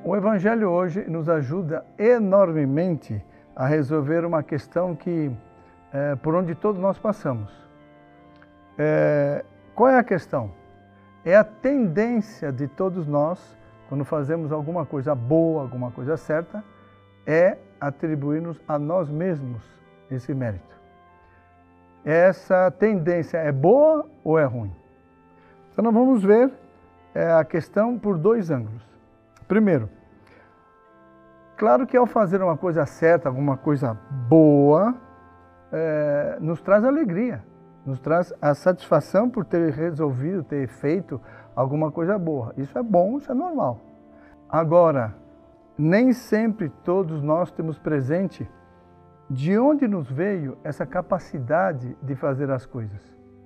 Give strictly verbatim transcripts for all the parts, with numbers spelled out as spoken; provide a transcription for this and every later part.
O Evangelho hoje nos ajuda enormemente a resolver uma questão que, é, por onde todos nós passamos. É, qual é a questão? É a tendência de todos nós, quando fazemos alguma coisa boa, alguma coisa certa, é atribuir-nos a nós mesmos esse mérito. Essa tendência é boa ou é ruim? Então nós vamos ver é, a questão por dois ângulos. Primeiro, claro que ao fazer uma coisa certa, alguma coisa boa, é, nos traz alegria, nos traz a satisfação por ter resolvido, ter feito alguma coisa boa. Isso é bom, isso é normal. Agora, nem sempre todos nós temos presente de onde nos veio essa capacidade de fazer as coisas.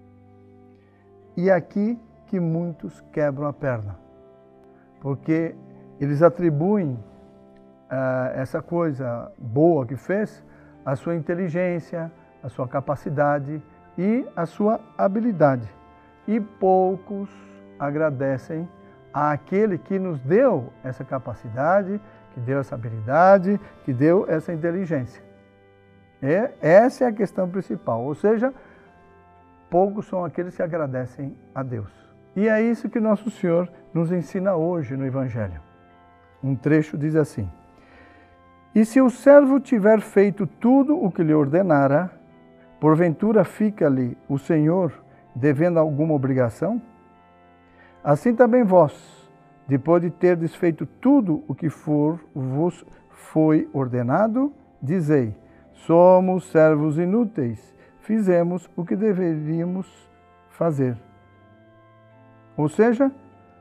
E aqui que muitos quebram a perna, porque eles atribuem ah, essa coisa boa que fez à sua inteligência, à sua capacidade e à sua habilidade. E poucos agradecem àquele que nos deu essa capacidade, que deu essa habilidade, que deu essa inteligência. É, essa é a questão principal, ou seja, poucos são aqueles que agradecem a Deus. E é isso que Nosso Senhor nos ensina hoje no Evangelho. Um trecho diz assim: E se o servo tiver feito tudo o que lhe ordenara, porventura fica-lhe o Senhor devendo alguma obrigação? Assim também vós, depois de terdes feito tudo o que for vos foi ordenado, dizei: somos servos inúteis, fizemos o que deveríamos fazer. Ou seja,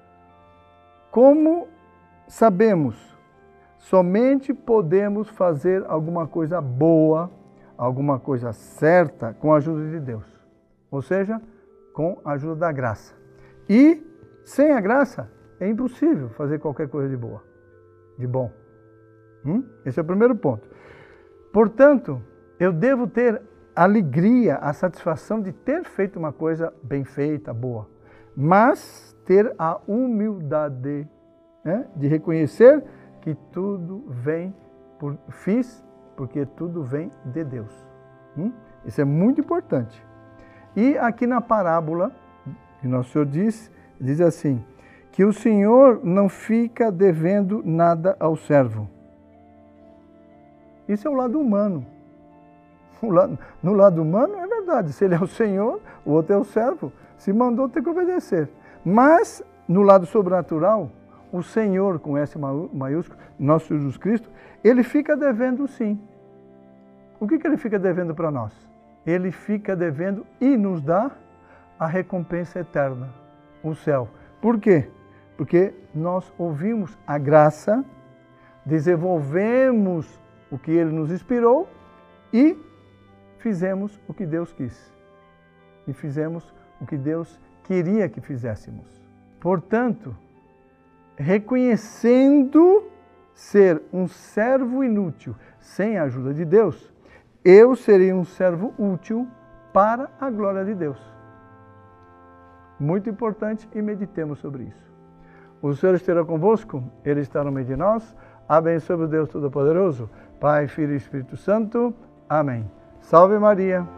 como sabemos, somente podemos fazer alguma coisa boa, alguma coisa certa com a ajuda de Deus. Ou seja, com a ajuda da graça. E sem a graça é impossível fazer qualquer coisa de boa, de bom. Hum? Esse é o primeiro ponto. Portanto, eu devo ter a alegria, a satisfação de ter feito uma coisa bem feita, boa. Mas ter a humildade, né, de reconhecer que tudo vem, por, fiz porque tudo vem de Deus. Hum? Isso é muito importante. E aqui na parábola, que Nosso Senhor diz, diz assim, que o Senhor não fica devendo nada ao servo. Isso é o lado humano. O lado, no lado humano é verdade, se ele é o Senhor, o outro é o servo, se mandou tem que obedecer. Mas no lado sobrenatural, o Senhor, com S maiúsculo, nosso Jesus Cristo, ele fica devendo sim. O que, que ele fica devendo para nós? Ele fica devendo e nos dá a recompensa eterna, o céu. Por quê? Porque nós ouvimos a graça, desenvolvemos o que ele nos inspirou e fizemos o que Deus quis. E fizemos o que Deus queria que fizéssemos. Portanto, reconhecendo ser um servo inútil sem a ajuda de Deus, eu serei um servo útil para a glória de Deus. Muito importante e meditemos sobre isso. O Senhor esteja convosco, Ele está no meio de nós. Abençoe o Deus Todo-Poderoso, Pai, Filho e Espírito Santo. Amém. Salve Maria!